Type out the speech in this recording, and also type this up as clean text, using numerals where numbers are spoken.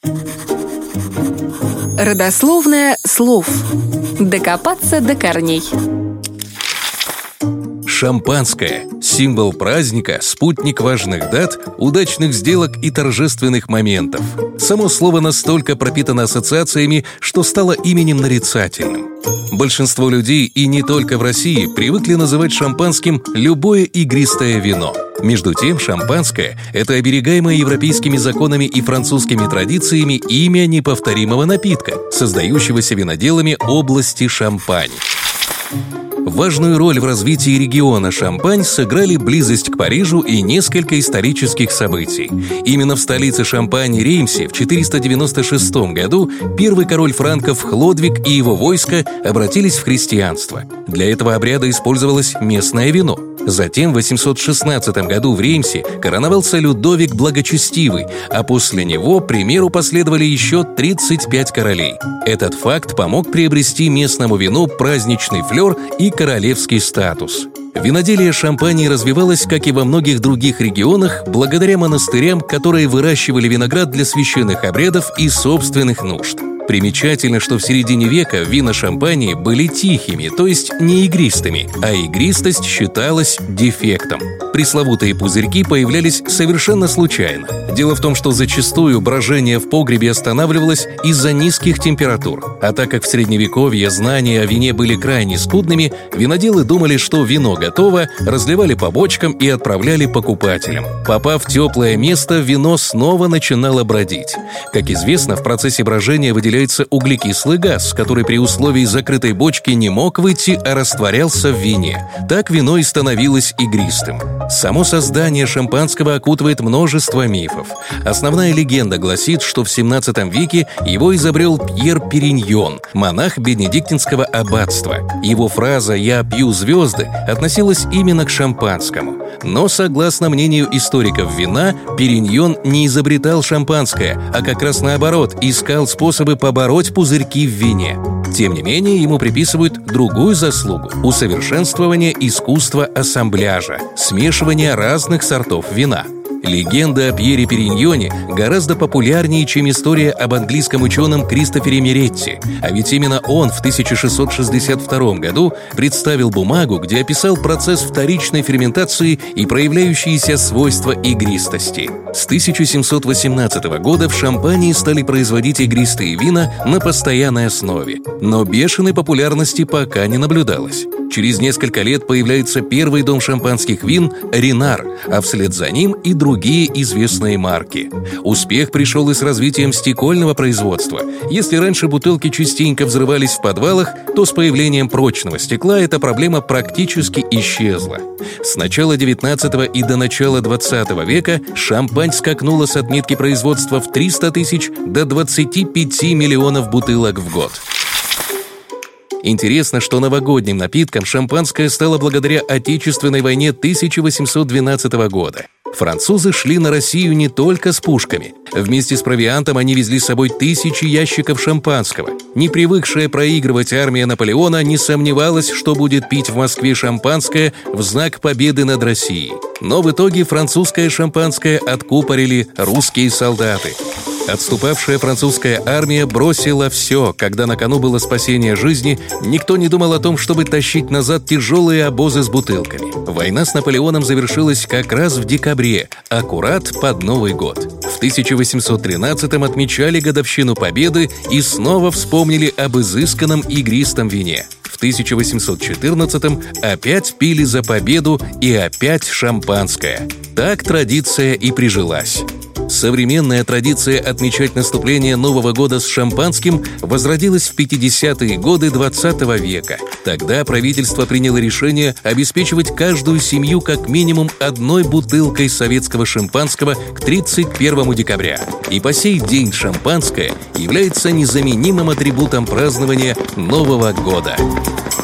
Родословная слов. Докопаться до корней. Шампанское – символ праздника, спутник важных дат, удачных сделок и торжественных моментов. Само слово настолько пропитано ассоциациями, что стало именем нарицательным. Большинство людей, и не только в России, привыкли называть шампанским любое игристое вино. Между тем, шампанское – это оберегаемое европейскими законами и французскими традициями имя неповторимого напитка, создающегося виноделами области Шампань. Важную роль в развитии региона Шампань сыграли близость к Парижу и несколько исторических событий. Именно в столице Шампани, Реймсе, в 496 году первый король франков Хлодвиг и его войско обратились в христианство. Для этого обряда использовалось местное вино. Затем в 816 году в Реймсе короновался Людовик Благочестивый, а после него примеру последовали еще 35 королей. Этот факт помог приобрести местному вину праздничный флер и королевский статус. Виноделие Шампании развивалось, как и во многих других регионах, благодаря монастырям, которые выращивали виноград для священных обрядов и собственных нужд. Примечательно, что в середине века вина Шампании были тихими, то есть не игристыми, а игристость считалась дефектом. Пресловутые пузырьки появлялись совершенно случайно. Дело в том, что зачастую брожение в погребе останавливалось из-за низких температур. А так как в Средневековье знания о вине были крайне скудными, виноделы думали, что вино готово, разливали по бочкам и отправляли покупателям. Попав в теплое место, вино снова начинало бродить. Как известно, в процессе брожения выделяется углекислый газ, который при условии закрытой бочки не мог выйти, а растворялся в вине. Так вино и становилось игристым. Само создание шампанского окутывает множество мифов. Основная легенда гласит, что в 17 веке его изобрел Пьер Периньон, монах бенедиктинского аббатства. Его фраза «я пью звезды» относилась именно к шампанскому. Но, согласно мнению историков вина, Периньон не изобретал шампанское, а как раз наоборот, искал способы побороть пузырьки в вине. Тем не менее, ему приписывают другую заслугу – усовершенствование искусства ассамбляжа, смешивания разных сортов вина. Легенда о Пьере Периньоне гораздо популярнее, чем история об английском ученом Кристофере Меретти, а ведь именно он в 1662 году представил бумагу, где описал процесс вторичной ферментации и проявляющиеся свойства игристости. С 1718 года в Шампании стали производить игристые вина на постоянной основе, но бешеной популярности пока не наблюдалось. Через несколько лет появляется первый дом шампанских вин «Ренар», а вслед за ним и другие известные марки. Успех пришел и с развитием стекольного производства. Если раньше бутылки частенько взрывались в подвалах, то с появлением прочного стекла эта проблема практически исчезла. С начала 19 и до начала 20 века Шампань скакнула с отметки производства в 300 тысяч до 25 миллионов бутылок в год. Интересно, что новогодним напитком шампанское стало благодаря Отечественной войне 1812 года. Французы шли на Россию не только с пушками. Вместе с провиантом они везли с собой тысячи ящиков шампанского. Не привыкшая проигрывать армия Наполеона не сомневалась, что будет пить в Москве шампанское в знак победы над Россией. Но в итоге французское шампанское откупорили русские солдаты. Отступавшая французская армия бросила все, когда на кону было спасение жизни, никто не думал о том, чтобы тащить назад тяжелые обозы с бутылками. Война с Наполеоном завершилась как раз в декабре, аккурат под Новый год. В 1813-м отмечали годовщину Победы и снова вспомнили об изысканном игристом вине. В 1814-м опять пили за победу и опять шампанское. Так традиция и прижилась. Современная традиция отмечать наступление Нового года с шампанским возродилась в 50-е годы 20 века. Тогда правительство приняло решение обеспечивать каждую семью как минимум одной бутылкой советского шампанского к 31 декабря. И по сей день шампанское является незаменимым атрибутом празднования Нового года.